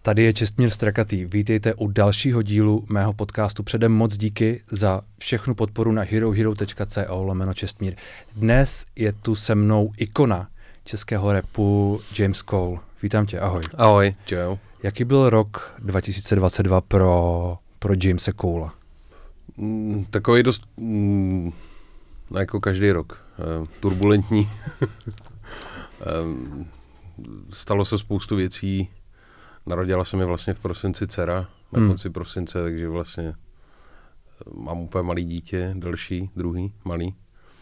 Tady je Čestmír Strakatý. Vítejte u dalšího dílu mého podcastu. Předem moc díky za všechnu podporu na herohero.co/Čestmír. Dnes je tu se mnou ikona českého rapu James Cole. Vítám tě, ahoj. Ahoj, čau. Jaký byl rok 2022 pro Jamese Colea? Takový dost, jako každý rok, turbulentní. Stalo se spoustu věcí. Narodila se mi vlastně v prosinci dcera, na konci prosince, takže vlastně mám úplně malý dítě, druhý, malý.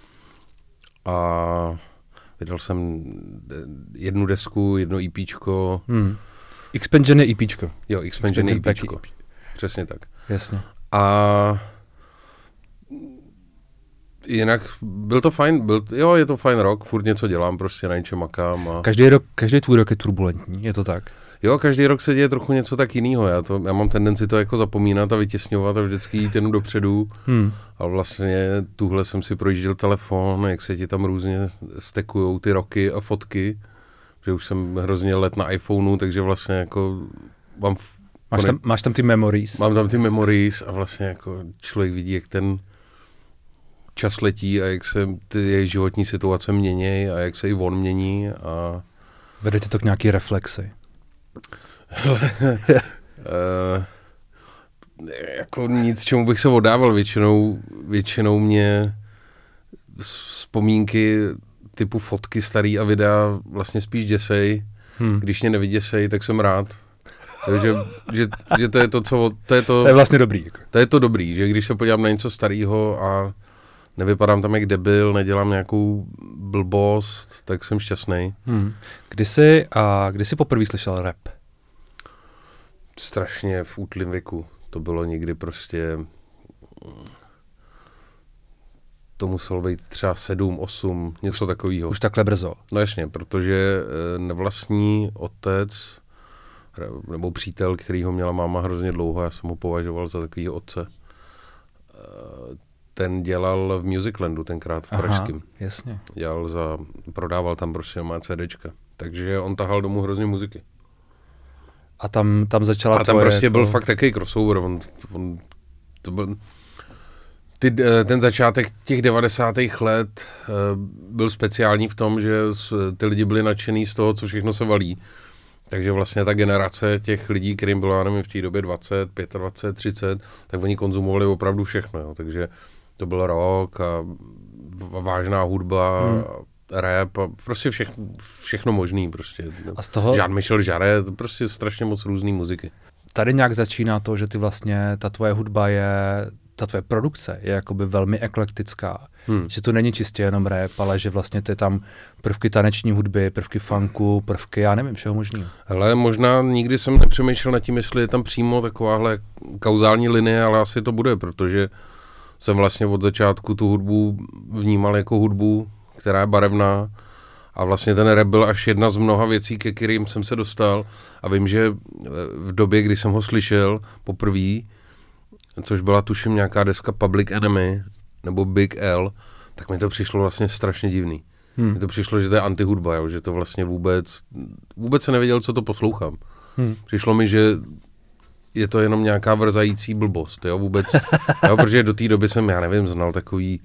A vydal jsem jednu desku, jedno EPčko. Expansion je EPčko. Jo, Expansion je EPčko. Přesně tak. Jasně. A jinak byl to fajn, je to fajn rok, furt něco dělám, prostě na něčem makám. A... Každý tvůj rok je turbulentní, je to tak? Jo, každý rok se děje trochu něco tak jinýho, já mám tendenci to jako zapomínat a vytěsňovat a vždycky jít jenom dopředu. Ale vlastně tuhle jsem si projížděl telefon, jak se ti tam různě stekujou ty roky a fotky, že už jsem hrozně let na iPhoneu, takže vlastně jako mám... Máš tam ty memories? Mám tam ty memories a vlastně jako člověk vidí, jak ten čas letí a jak se ty jejich životní situace mění a jak se i on mění a... Vede tě to k nějaký reflexi? Jako nic, čemu bych se oddával, většinou mě vzpomínky typu fotky starý a videa vlastně spíš děsej. Když mě nevyděsej, tak jsem rád. Takže že to je to, co... To je vlastně dobrý. To je to dobrý, že když se podívám na něco starého a nevypadám tam jak debil, nedělám nějakou blbost, tak jsem šťastný. Kdy jsi poprvé slyšel rap? Strašně v útlým věku. To bylo někdy prostě... To muselo být třeba 7, 8, něco takového. Už takhle brzo? No jasně, protože nevlastní otec nebo přítel, kterýho měla máma hrozně dlouho, já jsem ho považoval za takovýho otce. Ten dělal v Musiclandu tenkrát v pražském. Jasně. Prodával tam prostě má CDčka. Takže on tahal domů hrozně muziky. A tam začala a tam prostě byl fakt takový crossover. Ten začátek těch 90. let byl speciální v tom, že ty lidi byli nadšený z toho, co všechno se valí. Takže vlastně ta generace těch lidí, kterým bylo, já nevím, v té době 20, 25, 30, tak oni konzumovali opravdu všechno. Jo. Takže to byl rock a vážná hudba, rap a prostě všechno možný. Prostě. A z toho... Jean-Michel Jarre, prostě strašně moc různý muziky. Tady nějak začíná to, že ty vlastně, ta tvoje hudba ta tvoje produkce je jakoby velmi eklektická. Že to není čistě jenom rap, ale že vlastně ty tam prvky taneční hudby, prvky funku, prvky, já nevím, všeho možného. Hele, možná nikdy jsem nepřemýšlel nad tím, jestli je tam přímo takováhle kauzální linie, ale asi to bude, protože jsem vlastně od začátku tu hudbu vnímal jako hudbu, která je barevná a vlastně ten rap byl až jedna z mnoha věcí, ke kterým jsem se dostal a vím, že v době, kdy jsem ho slyšel poprvé, což byla tuším nějaká deska Public Enemy nebo Big L, tak mi to přišlo vlastně strašně divný. Mně to přišlo, že to je antihudba, jo? Že to vlastně vůbec se nevěděl, co to poslouchám. Přišlo mi, že je to jenom nějaká vrzající blbost, jo, vůbec, jo, protože do té doby jsem, já nevím, znal takový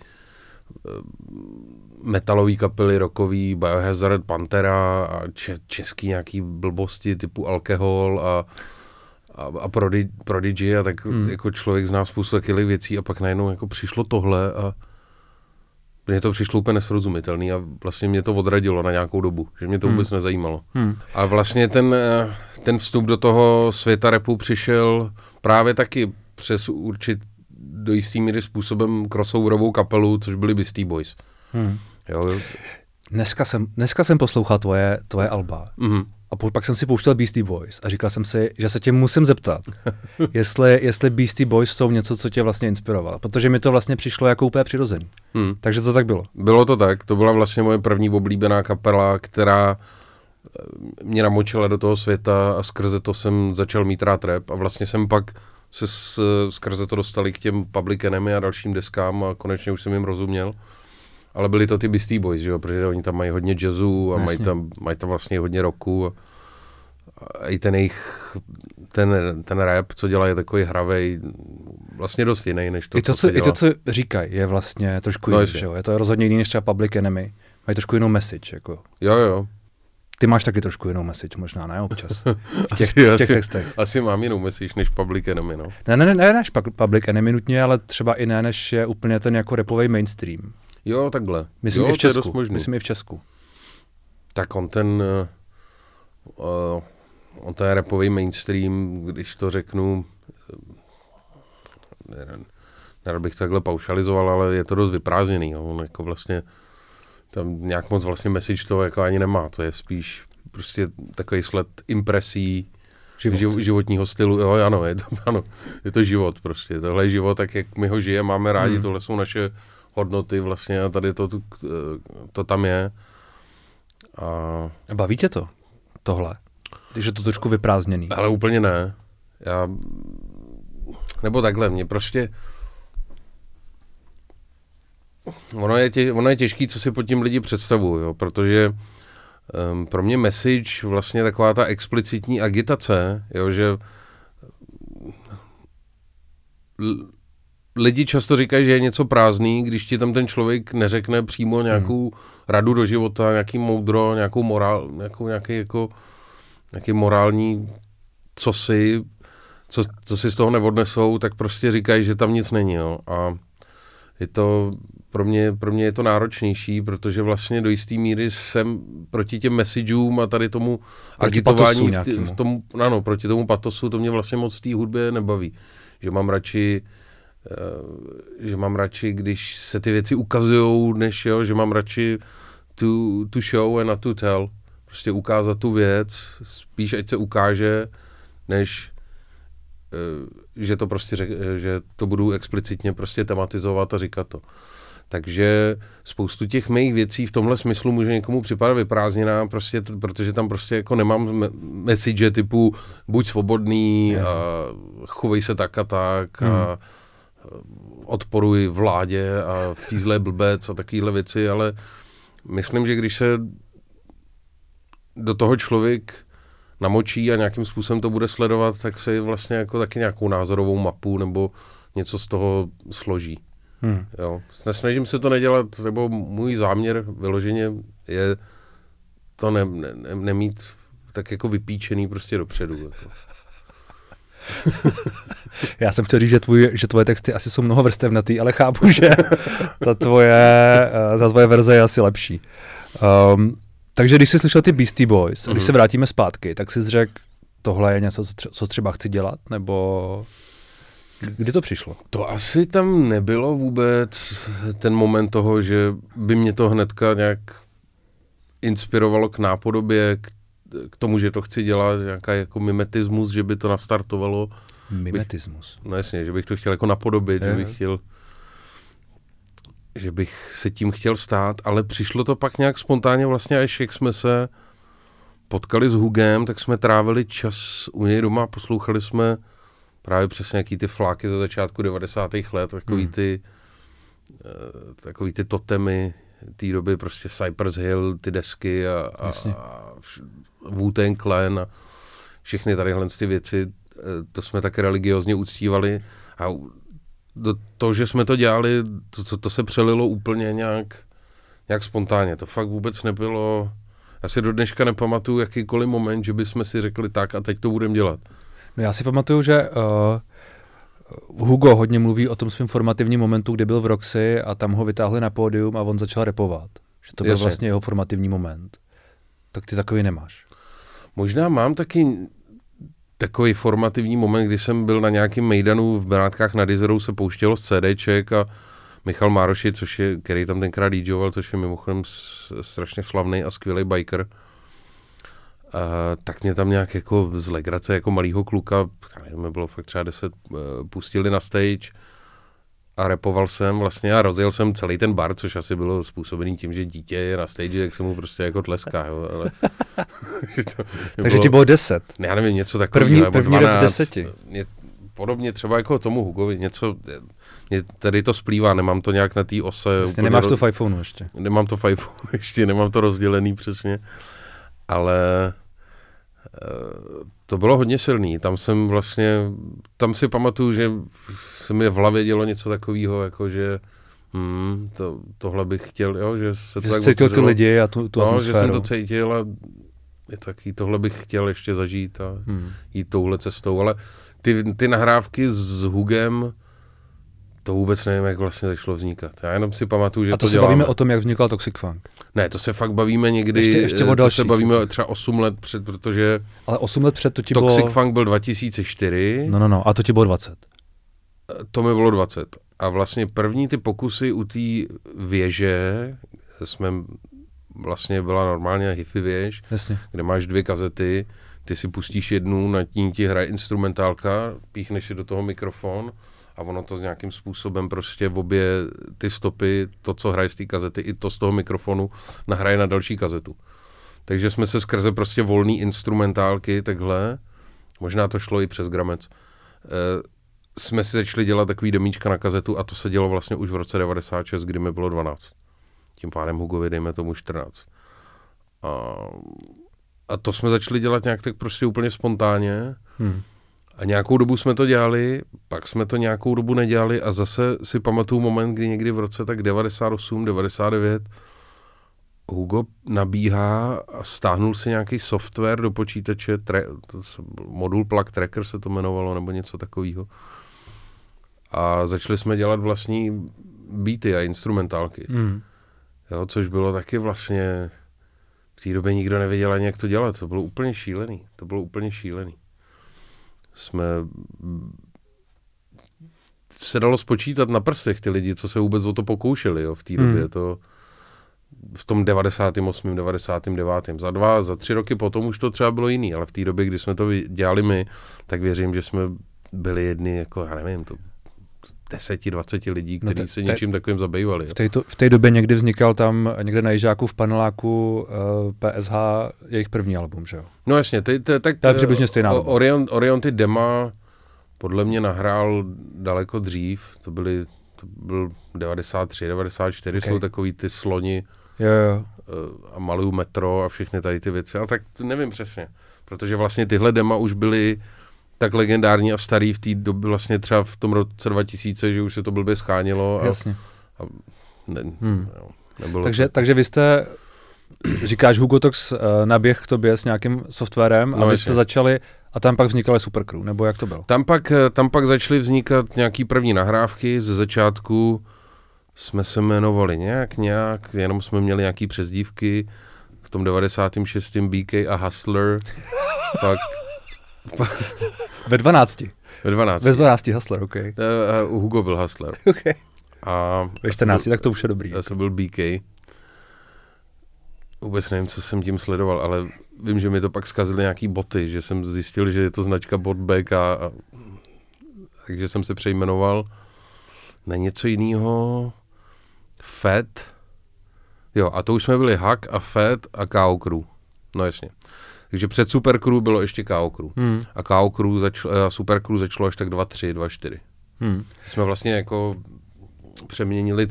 metalový kapely, rockový, Biohazard, Pantera a český nějaký blbosti typu Alkohol a Prodigy a tak jako člověk zná spoustu takových věcí a pak najednou jako přišlo tohle a mně to přišlo úplně nesrozumitelný a vlastně mě to odradilo na nějakou dobu, že mě to vůbec nezajímalo. A vlastně ten vstup do toho světa rapu přišel právě taky přes do jistý míry způsobem crossoverovou kapelu, což byli Beastie Boys. Jo. Dneska jsem poslouchal tvoje alba. A pak jsem si pouštěl Beastie Boys a říkal jsem si, že se tě musím zeptat, jestli Beastie Boys jsou něco, co tě vlastně inspirovalo, protože mi to vlastně přišlo jako úplně přirozený. Takže to tak bylo. Bylo to tak, to byla vlastně moje první oblíbená kapela, která mě namočila do toho světa a skrze to jsem začal mít rád rap a vlastně jsem pak se skrze to dostali k těm Public Enemy a dalším deskám a konečně už jsem jim rozuměl. Ale byli to ty Beastie Boys, že jo, protože oni tam mají hodně jazzu a mají tam vlastně hodně rocku a i ten jejich ten rap, co dělá, je takový hravej, vlastně dost jiný, než to, I to, co říkají, je vlastně trošku jiný, že jo? Je to rozhodně jiný než třeba Public Enemy. Mají trošku jinou message, jako. Jo. Ty máš taky trošku jinou message, možná, ne? Občas. V těch textech. Asi mám jinou message než Public Enemy, no. Ne než Public Enemy nutně, ale třeba i ne, než je úplně ten jako rapovej mainstream. Jo, takhle. Myslím i v Česku. Tak on ten rapový mainstream, když to řeknu, nerad bych takhle paušalizoval, ale je to dost vyprázdněný. No. On jako vlastně tam nějak moc vlastně message to jako ani nemá. To je spíš prostě takový sled impresí životního stylu. Jo, ano, je to život prostě. Tohle je život, tak jak my ho žijeme, máme rádi, tohle jsou naše hodnoty vlastně a tady to tam je. A baví tě to? Tohle? Takže to trošku vyprázdněný. Ale úplně ne. Nebo takhle, mě prostě ono je těžký, co si pod tím lidi představují, jo, protože pro mě message vlastně taková ta explicitní agitace, jo, že lidi často říkají, že je něco prázdný, když ti tam ten člověk neřekne přímo nějakou radu do života, nějaký moudro, nějakou morál, nějaký morální co si z toho neodnesou, tak prostě říkají, že tam nic není. Jo. A je to, pro mě je to náročnější, protože vlastně do jisté míry jsem proti těm messageům a tady tomu agitování proti tomu patosu, to mě vlastně moc v té hudbě nebaví. Že mám radši, když se ty věci ukazujou, než že mám radši tu show and not to tell. Prostě ukázat tu věc, spíš ať se ukáže, než že to prostě že to budu explicitně prostě tematizovat a říkat to. Takže spoustu těch mých věcí v tomhle smyslu může někomu připadat vyprázdněná, prostě, protože tam prostě jako nemám message typu buď svobodný, a chovej se tak a tak a odporuj vládě a fízle blbec a takovéhle věci, ale myslím, že když se do toho člověk namočí a nějakým způsobem to bude sledovat, tak se vlastně jako taky nějakou názorovou mapu nebo něco z toho složí. Jo. Nesnažím se to nedělat, nebo můj záměr vyloženě je to nemít tak jako vypíčený prostě dopředu. Jako. Já jsem chtěl říct, že tvoje texty asi jsou mnohovrstevnatý, ale chápu, že ta tvoje verze je asi lepší. Takže když jsi slyšel ty Beastie Boys, a když se vrátíme zpátky, tak jsi řekl, tohle je něco, co třeba chci dělat, nebo kdy to přišlo? To asi tam nebylo vůbec ten moment toho, že by mě to hnedka nějak inspirovalo k nápodobě, k tomu, že to chci dělat, nějaká jako mimetismus, že by to nastartovalo. Mimetismus? No jasně, že bych to chtěl jako napodobit, že bych se tím chtěl stát, ale přišlo to pak nějak spontánně vlastně, až jak jsme se potkali s Hugem, tak jsme trávili čas u něj doma, poslouchali jsme právě přesně nějaký ty fláky ze začátku 90. let, takový ty totemy té doby, prostě Cypress Hill, ty desky a Wu-Tang Clan a všechny tadyhle ty věci, to jsme tak religiozně uctívali a do toho, že jsme to dělali, to se přelilo úplně nějak spontánně. To fakt vůbec nebylo, já si do dneška nepamatuju jakýkoliv moment, že bychom si řekli tak a teď to budeme dělat. No já si pamatuju, že Hugo hodně mluví o tom svém formativním momentu, kdy byl v Roxy a tam ho vytáhli na pódium a on začal rapovat. Že to byl vlastně jeho formativní moment. Tak ty takový nemáš. Možná mám taky takový formativní moment, kdy jsem byl na nějakém mejdanu v Benátkách nad Jizerou, se pouštělo z CDček a Michal Mároši, který tam tenkrát DJoval, což je mimochodem strašně slavný a skvělý biker, tak mě tam nějak jako z legrace jako malýho kluka, nevím, bylo fakt třeba 10, pustili na stage a rapoval jsem vlastně a rozjel jsem celý ten bar, což asi bylo způsobený tím, že dítě je na stage, jak se mu prostě jako tleská, jo, ale takže ti bylo 10. Já nevím, něco takového, první rap 10. Podobně třeba jako tomu Hugovi, něco, mě tady to splývá, nemám to nějak na té ose. Vlastně nemáš to v iPhoneu ještě. Nemám to v iPhoneu ještě, nemám to rozdělený přesně, ale To bylo hodně silný. Tam si pamatuju, že se mi v hlavě dělo něco takového, jako že tohle bych chtěl, jo, že se to že tak cítil ty lidi a tu atmosféru. Že jsem to cítil a je taky, tohle bych chtěl ještě zažít a jít touhle cestou, ale ty nahrávky s Hugem, to vůbec nevím, jak vlastně začalo vznikat. Já jenom si pamatuju, že a to se bavíme o tom, jak vznikal Toxic Funk. Ne, to se fakt bavíme někdy, ještě o další, to se bavíme třeba 8 let před, protože... Ale 8 let před to ti Toxic bylo... Funk byl 2004. No, a to ti bylo 20. To mi bylo 20. A vlastně první ty pokusy u té věže, byla normálně hi-fi věž, jasně, kde máš 2 kazety, ty si pustíš jednu, nad ní ti hraje instrumentálka, píchneš si do toho mikrofon a ono to s nějakým způsobem prostě v obě ty stopy, to, co hraje z té kazety, i to z toho mikrofonu, nahraje na další kazetu. Takže jsme se skrze prostě volný instrumentálky, takhle, možná to šlo i přes Gramec, jsme si začali dělat takový demíčka na kazetu a to se dělo vlastně už v roce 96, kdy mi bylo 12. Tím pádem Hugovi dejme tomu 14. A to jsme začali dělat nějak tak prostě úplně spontánně. A nějakou dobu jsme to dělali, pak jsme to nějakou dobu nedělali a zase si pamatuju moment, kdy někdy v roce tak 98, 99 Hugo nabíhá a stáhnul si nějaký software do počítače, modul Plug Tracker se to jmenovalo, nebo něco takového. A začali jsme dělat vlastní beaty a instrumentálky. Jo, což bylo taky vlastně, v té době nikdo nevěděl ani, jak to dělat. To bylo úplně šílený. Se dalo spočítat na prstech ty lidi, co se vůbec o to pokoušeli, jo, v té době. To v tom 98., 99. Za 3 roky potom už to třeba bylo jiný, ale v té době, kdy jsme to dělali my, tak věřím, že jsme byli jedni, jako, já nevím, to 10-20 lidí, kteří se něčím takovým zabývali. V té době někdy vznikal tam někde na Jižáku v paneláku PSH jejich první album, že jo? No jasně, tak to je přibližně stejná doba. Orion ty dema podle mě nahrál daleko dřív, to byl 93, 94, okay. Jsou takový ty sloni jo. A maluju Metro a všechny tady ty věci, ale tak nevím přesně, protože vlastně tyhle dema už byly tak legendární a starý v té době, vlastně třeba v tom roce 2000, že už se to blbě schánilo. Jasně. Nebylo takže vy jste, říkáš Hugo Tox naběh k tobě s nějakým softwarem a vy jste začali a tam pak vznikaly Supercrew, nebo jak to bylo? Tam pak začaly vznikat nějaký první nahrávky, ze začátku jsme se jmenovali nějak, jenom jsme měli nějaký přezdívky, v tom 96. BK a Hustler, pak Ve 12. Ve 12 Hustler, OK. Hugo byl Hustler. Okay. A ve 14, tak to už je dobrý. Já jsem byl BK. Vůbec nevím, co jsem tím sledoval, ale vím, že mi to pak zkazily nějaký boty, že jsem zjistil, že je to značka Bot BK, takže jsem se přejmenoval na něco jiného. Fed. Jo, a to už jsme byli Hack a Fed a KO Crew. No jasně. Takže před Supercrew bylo ještě KO Crew. A KO Crew a Supercrew začalo až tak 2-3, 2-4. Jsme vlastně jako přeměnili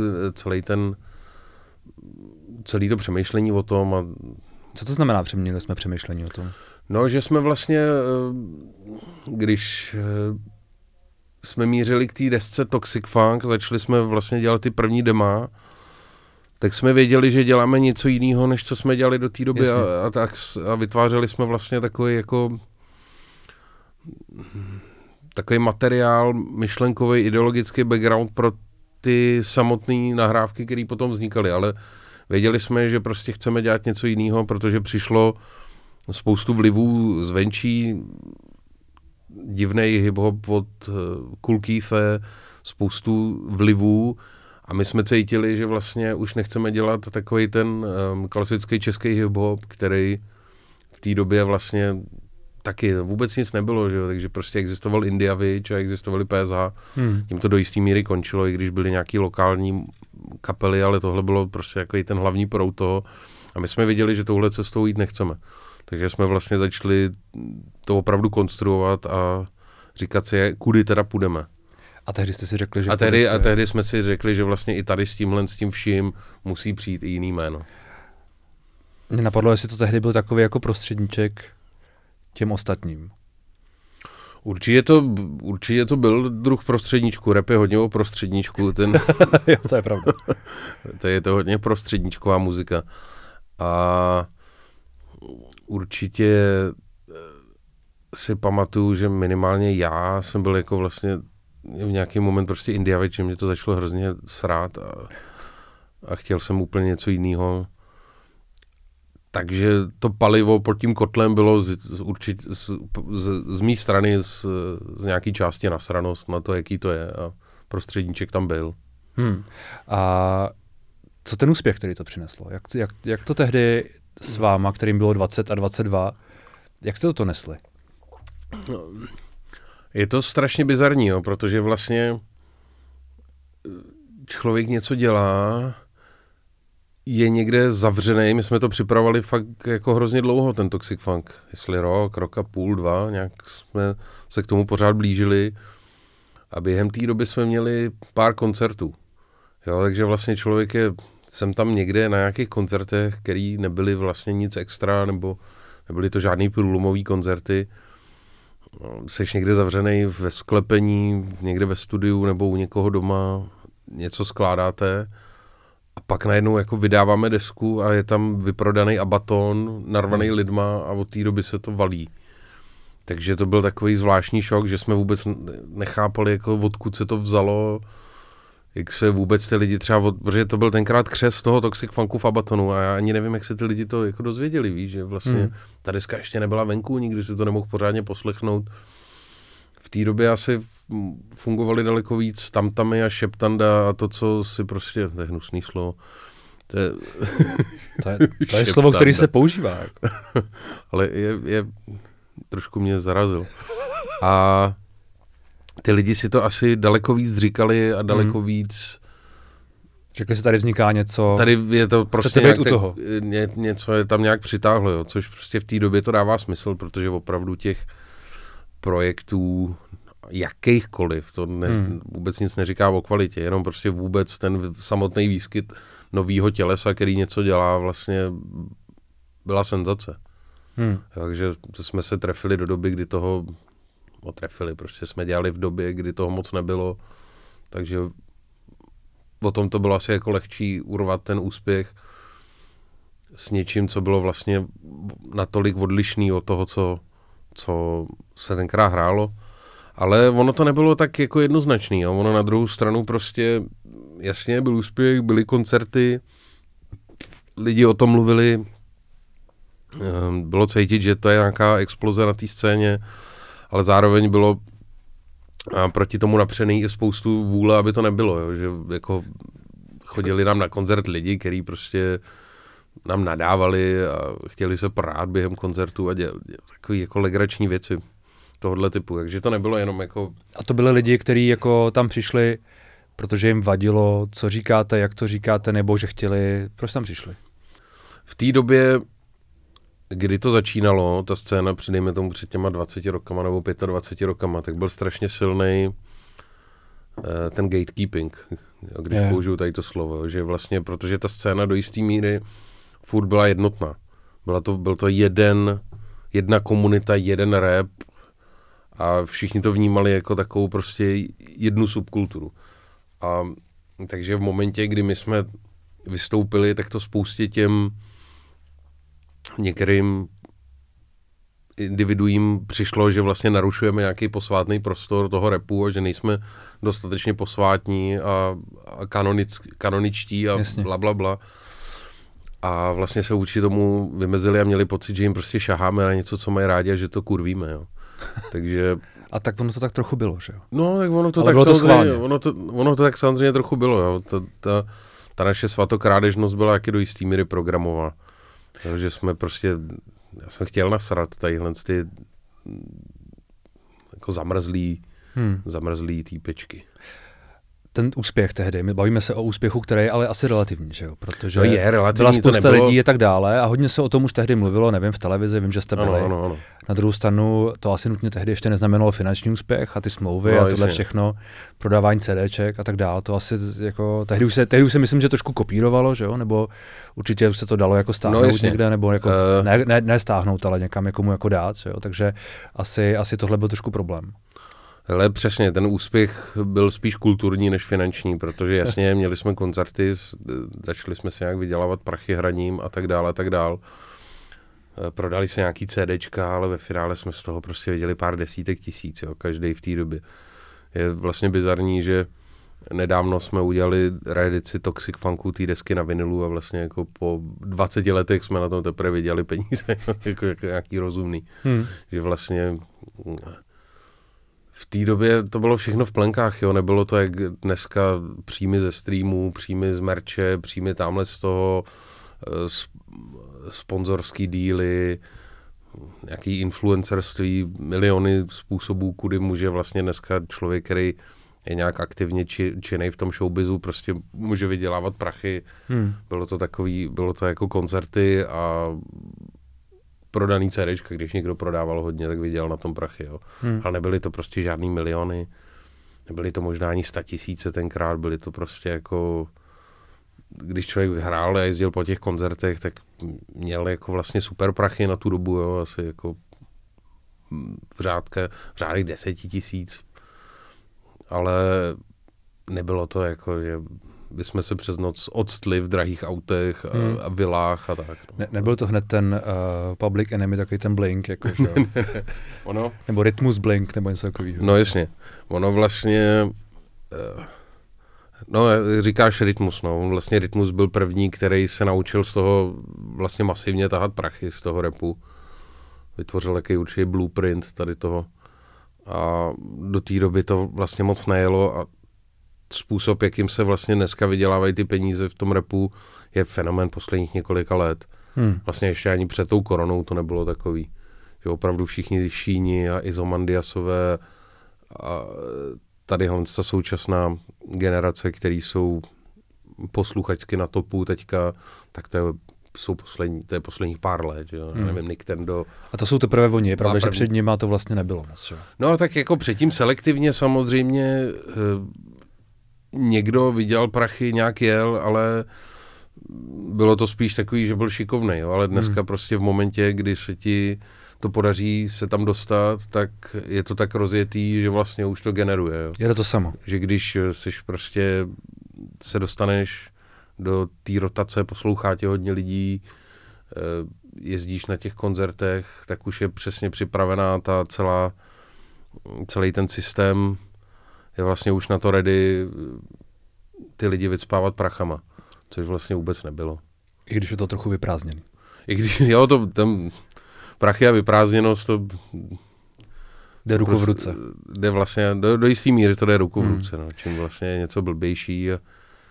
celý to přemýšlení o tom. A co to znamená přeměnili jsme přemýšlení o tom? No, že jsme vlastně, když jsme mířili k té desce Toxic Funk, začali jsme vlastně dělat ty první dema, tak jsme věděli, že děláme něco jiného, než co jsme dělali do té doby a vytvářeli jsme vlastně takový materiál, myšlenkový, ideologický background pro ty samotné nahrávky, které potom vznikaly, ale věděli jsme, že prostě chceme dělat něco jiného, protože přišlo spoustu vlivů zvenčí, divnej hip-hop od Kool Keithe, spoustu vlivů a my jsme cítili, že vlastně už nechceme dělat takový ten klasický český hip-hop, který v té době vlastně taky vůbec nic nebylo, že jo? Takže prostě existoval India Witch a existovali PSH. Tím to do jistý míry končilo, i když byly nějaký lokální kapely, ale tohle bylo prostě jako i ten hlavní proud toho. A my jsme viděli, že touhle cestou jít nechceme. Takže jsme vlastně začali to opravdu konstruovat a říkat si, kudy teda půjdeme. A tehdy jste si řekli, že... A tehdy jsme si řekli, že vlastně i tady s tím vším musí přijít i jiný jméno. Mě napadlo, jestli to tehdy byl takový jako prostředníček těm ostatním? Určitě to byl druh prostředníčku. Rap je hodně o prostředníčku. Jo, to je pravda. Je to hodně prostředníčková muzika. A určitě si pamatuju, že minimálně já jsem byl jako vlastně v nějaký moment prostě Indiavič, že mě to začalo hrozně srát a chtěl jsem úplně něco jiného. Takže to palivo pod tím kotlem bylo z mé strany z nějaký části nasranost na to, jaký to je a prostředníček tam byl. A co ten úspěch, který to přineslo? Jak to tehdy s váma, kterým bylo 20 a 22, jak jste to nesli? Je to strašně bizarní, jo, protože vlastně člověk něco dělá, je někde zavřený, my jsme to připravovali fakt jako hrozně dlouho, ten Toxic Funk, jestli rok a půl, 2, nějak jsme se k tomu pořád blížili a během té doby jsme měli pár koncertů, jo, takže vlastně člověk je jsem tam někde na nějakých koncertech, který nebyly vlastně nic extra, nebo nebyly to žádný průlomový koncerty, seš někde zavřenej ve sklepení, někde ve studiu nebo u někoho doma, něco skládáte a pak najednou jako vydáváme desku a je tam vyprodaný abaton, narvaný lidma a od té doby se to valí. Takže to byl takový zvláštní šok, že jsme vůbec nechápali, jako odkud se to vzalo, jak se vůbec ty lidi třeba, protože to byl tenkrát křest toho Toxic Funku v abatonu a já ani nevím, jak se ty lidi to jako dozvěděli, víš, že vlastně ta deska ještě nebyla venku, nikdy si to nemohl pořádně poslechnout. V té době asi fungovaly daleko víc tamtamy a šeptanda a to, co si prostě, to je hnusný slovo. To je slovo, který se používá. Ale je trošku mě zarazil. A ty lidi si to asi daleko víc říkali a daleko víc... Řekli si, tady vzniká něco... Tady je to prostě nějak, u toho. něco je tam nějak přitáhlo, jo, což prostě v té době to dává smysl, protože opravdu těch projektů jakýchkoliv, to vůbec nic neříká o kvalitě, jenom prostě vůbec ten samotný výskyt novýho tělesa, který něco dělá, vlastně byla senzace. Takže jsme se trefili do doby, kdy toho prostě jsme dělali v době, kdy toho moc nebylo, takže o tom to bylo asi jako lehčí urvat ten úspěch s něčím, co bylo vlastně natolik odlišný od toho, co se tenkrát hrálo, ale ono to nebylo tak jako jednoznačný, jo. Ono na druhou stranu prostě jasně byl úspěch, byly koncerty, lidi o tom mluvili, bylo cítit, že to je nějaká exploze na té scéně, ale zároveň bylo proti tomu napřený i spoustu vůle, aby to nebylo, jo? Že jako chodili nám na koncert lidi, kteří prostě nám nadávali a chtěli se prát během koncertu a dělat takové jako legrační věci tohohle typu, takže to nebylo jenom jako... A to byli lidi, kteří jako tam přišli, protože jim vadilo, co říkáte, jak to říkáte, nebo že chtěli, proč tam přišli? V té době, kdy to začínalo, ta scéna, dejme tomu před těma 20 rokama nebo 25 rokama, tak byl strašně silný ten gatekeeping, když použiju tady to slovo, že vlastně, protože ta scéna do jisté míry furt byla jednotná. Byl to jedna komunita, jeden rap a všichni to vnímali jako takovou prostě jednu subkulturu. A takže v momentě, kdy my jsme vystoupili, tak to spoustě těm některým individuím přišlo, že vlastně narušujeme nějaký posvátný prostor toho rapu a že nejsme dostatečně posvátní a kanoničtí a blablabla. A vlastně se vůči tomu vymezili a měli pocit, že jim prostě šaháme na něco, co mají rádi a že to kurvíme, jo. Takže... A tak ono to tak trochu bylo, že jo? No, tak ono to tak samozřejmě, ono to tak samozřejmě trochu bylo, jo. Ta naše svatokrádežnost byla taky do jistý míry programová. Takže jsme prostě, já jsem chtěl nasrat tadyhle ty jako zamrzlý týpečky. ten úspěch tehdy. My bavíme se o úspěchu, který je ale asi relativní, že jo? Protože je relativní, byla spousta to nebylo... lidí a tak dále a hodně se o tom už tehdy mluvilo, nevím, v televizi, vím, že jste byli. Ano. Na druhou stranu to asi nutně tehdy ještě neznamenalo finanční úspěch a ty smlouvy a tohle všechno, prodávání CDček a tak dále. To asi jako, tehdy už se myslím, že trošku kopírovalo, že jo? Nebo určitě už se to dalo jako stáhnout někde, nebo jako, ne stáhnout, ale někam někomu jako dát, že jo? Takže asi tohle byl trošku problém. Ale přesně, ten úspěch byl spíš kulturní než finanční, protože jasně, měli jsme koncerty, začali jsme si nějak vydělávat prachy hraním a tak dále. Prodali se nějaký CDčka, ale ve finále jsme z toho prostě viděli pár desítek tisíc, jo, každý v té době. Je vlastně bizarní, že nedávno jsme udělali reedici Toxic Funku, té desky na vinilu a vlastně jako po 20 letech jsme na tom teprve viděli peníze, jako nějaký rozumný. Že vlastně... V té době to bylo všechno v plenkách, jo, nebylo to jak dneska příjmy ze streamů, příjmy z merče, příjmy tamhle z toho, sponzorský díly, nějaký influencerství, miliony způsobů, kudy může vlastně dneska člověk, který je nějak aktivně činnej v tom showbizu, prostě může vydělávat prachy. Bylo to jako koncerty a prodaný CDčka, když někdo prodával hodně, tak vydělal na tom prachy, jo. Ale nebyly to prostě žádný miliony, nebyly to možná ani 100 000 tenkrát, byly to prostě jako, když člověk hrál a jezdil po těch koncertech, tak měl jako vlastně super prachy na tu dobu, jo, asi jako v řádech 10 000, ale nebylo to jako, že bychom se přes noc odstli v drahých autech a vilách a tak. No. Nebyl to hned ten Public Enemy, takový ten Blink, jako, že jo? Ono? Nebo Rytmus Blink, nebo něco takového. No jasně. Ono vlastně, říkáš Rytmus, no. Vlastně Rytmus byl první, který se naučil z toho vlastně masivně tahat prachy z toho rapu. Vytvořil takový určitý blueprint tady toho. A do té doby to vlastně moc nejelo a způsob, jakým se vlastně dneska vydělávají ty peníze v tom rapu, je fenomén posledních několika let. Vlastně ještě ani před tou koronou to nebylo takový. Že opravdu všichni Šíni a Izomandiasové a tady ta současná generace, který jsou posluchačsky na topu teďka, tak to je posledních pár let, jo. Nevím, Nick Tendo. A to jsou teprve oni, je pravda, že před nimi to vlastně nebylo moc, jo. No tak jako předtím selektivně samozřejmě někdo viděl prachy, nějak jel, ale bylo to spíš takový, že byl šikovnej, jo? Ale dneska prostě v momentě, kdy se ti to podaří se tam dostat, tak je to tak rozjetý, že vlastně už to generuje. Jo? Je to samo. Že když prostě se dostaneš do té rotace, poslouchá tě hodně lidí, jezdíš na těch koncertech, tak už je přesně připravená ta celý ten systém, je vlastně už na to ready ty lidi vycpávat prachama, což vlastně vůbec nebylo. I když je to trochu vyprázdněný. I když, jo, tam prachy a vyprázdněnost, to jde ruku v ruce. Jde vlastně, do jistý míry to jde ruku v ruce, no, čím vlastně je něco blbější a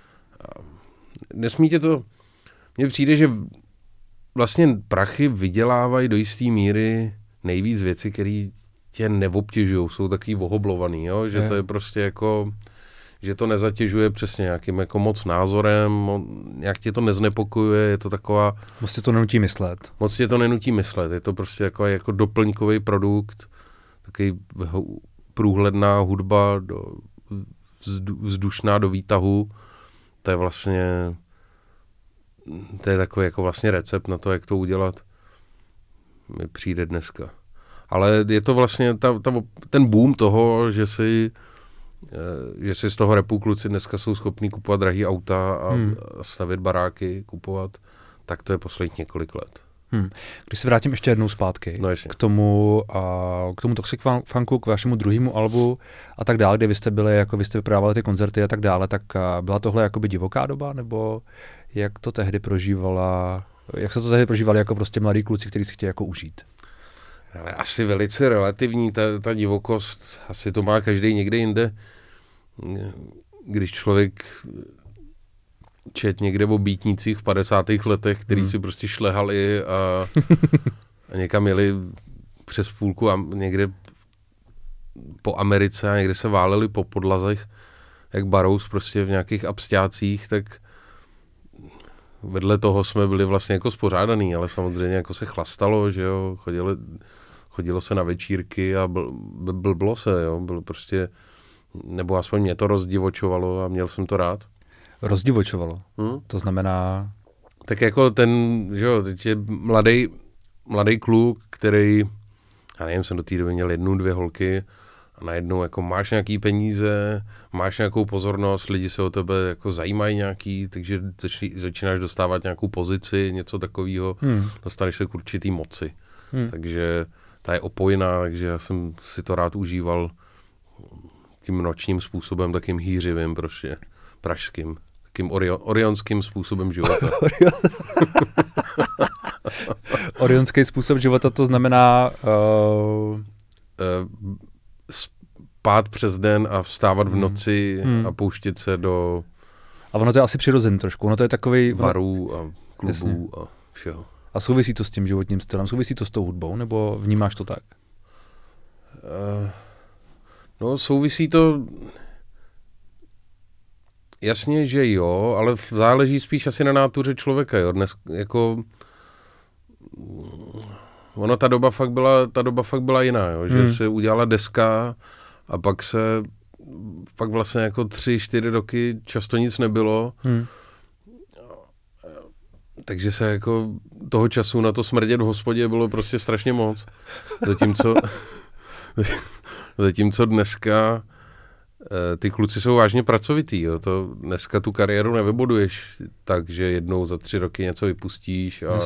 nesmí tě to, mně přijde, že vlastně prachy vydělávají do jistý míry nejvíc věci, které tě neobtěžují, jsou takový ohoblovaný, jo? Že to je prostě jako, že to nezatěžuje přesně nějakým jako moc názorem, nějak tě to neznepokojuje, je to taková... Moc tě to nenutí myslet. Moc tě to nenutí myslet, je to prostě jako doplňkový produkt, takový průhledná hudba, vzdušná do výtahu, to je vlastně, to je takový jako vlastně recept na to, jak to udělat, mi přijde dneska. Ale je to vlastně ten boom toho, že si z toho rapu kluci dneska jsou schopní kupovat drahý auta a stavět baráky, kupovat, tak to je posledních několik let. Když se vrátím ještě jednou zpátky k tomu Toxic Funku, k vašemu druhému albu a tak dále, kde vy jste byli, jako vy jste vyprávali ty koncerty a tak dále, tak byla tohle jakoby divoká doba, nebo jak se to tehdy prožívali jako prostě mladí kluci, kteří si chtějí jako užít? Ale asi velice relativní, ta divokost, asi to má každý někde jinde. Když člověk čet někde o býtnících v 50. letech, který si prostě šlehali a někam jeli přes půlku a někde po Americe a někde se váleli po podlazech, jak Barous prostě v nějakých absťácích, tak vedle toho jsme byli vlastně jako spořádaný, ale samozřejmě jako se chlastalo, že jo, chodilo se na večírky a blblo se, jo, bylo prostě, nebo aspoň mě to rozdivočovalo a měl jsem to rád. Rozdivočovalo? To znamená... Tak jako ten, že jo, teď je mladý kluk, který, já nevím, jsem do té doby měl 1-2 holky a najednou jako máš nějaký peníze, máš nějakou pozornost, lidi se o tebe jako zajímají nějaký, takže začínáš dostávat nějakou pozici, něco takového, dostaneš se k určitý moci. Takže ta je opojná, takže já jsem si to rád užíval tím nočním způsobem, takým hýřivým prostě, pražským. Takým orionským způsobem života. Orionský způsob života, to znamená... Spát přes den a vstávat v noci a pouštět se do... A ono to je asi přirozený trošku, ono to je takovej... barů a klubů a všeho. A souvisí to s tím životním stylem? Souvisí to s tou hudbou, nebo vnímáš to tak? No, souvisí to... Jasně, že jo, ale záleží spíš asi na nátuře člověka, jo. Dnes jako... Ono, ta doba fakt byla jiná, jo, že se udělala deska a pak vlastně jako 3-4 roky často nic nebylo. Takže se jako toho času na to smrdět v hospodě bylo prostě strašně moc. Zatímco dneska ty kluci jsou vážně pracovitý. Jo. Dneska tu kariéru nevybuduješ tak, že jednou za 3 roky něco vypustíš a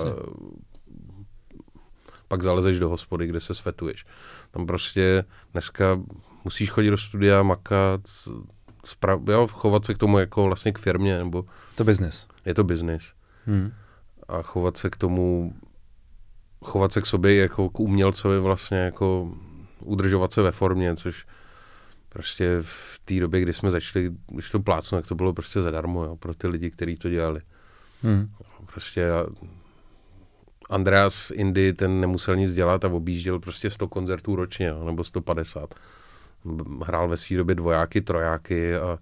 pak zalezeš do hospody, kde se svetuješ. Tam prostě dneska musíš chodit do studia, makat, chovat se k tomu jako vlastně k firmě. Nebo to business. Je to business. A chovat se k sobě jako k umělcovi vlastně jako udržovat se ve formě, což prostě v té době, kdy jsme začali, když to plácnu, tak to bylo prostě zadarmo, jo, pro ty lidi, kteří to dělali. Prostě Andreas Indy, ten nemusel nic dělat a objížděl prostě 100 koncertů ročně, jo, nebo 150. Hrál ve své době 2, 3 a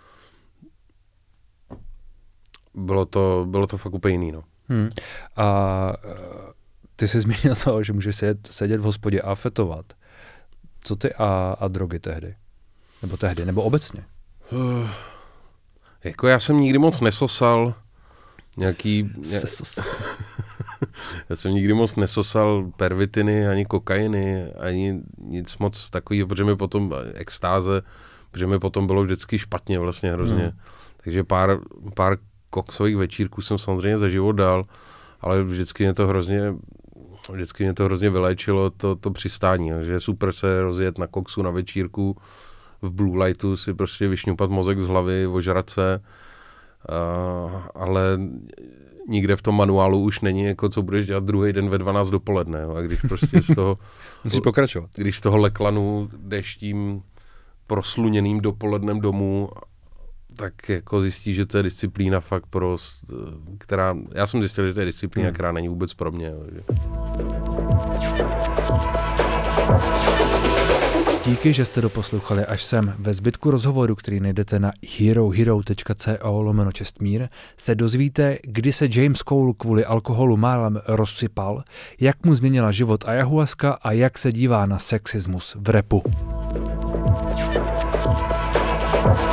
bylo to fakt úplně jiný, no. A ty jsi zmínil to, že můžeš sedět v hospodě a fetovat. Co ty a drogy tehdy? Nebo obecně? Jako já jsem nikdy moc nesosal já jsem nikdy moc nesosal pervitiny, ani kokainy, ani nic moc takového, protože mi potom extáze, protože mi potom bylo vždycky špatně vlastně hrozně. Takže pár koksových večírků jsem samozřejmě za život dal, ale vždycky mě to hrozně vyléčilo to přistání, že je super se rozjet na koksu na večírku, v blue lightu si prostě vyšňupat mozek z hlavy, ožrat se, ale nikde v tom manuálu už není, jako co budeš dělat druhý den ve 12 dopoledne. Jo? A když prostě z toho... Musíš pokračovat. Když z toho leklanu jdeš tím prosluněným dopolednem domů, tak jako zjistíš, že to je disciplína fakt která... Já jsem zjistil, že to je disciplína, která není vůbec pro mě. Jo? Díky, že jste doposlouchali až sem. Ve zbytku rozhovoru, který najdete na herohero.co/Čestmír, se dozvíte, kdy se James Cole kvůli alkoholu málem rozsypal, jak mu změnila život ayahuasca a jak se dívá na sexismus v rapu.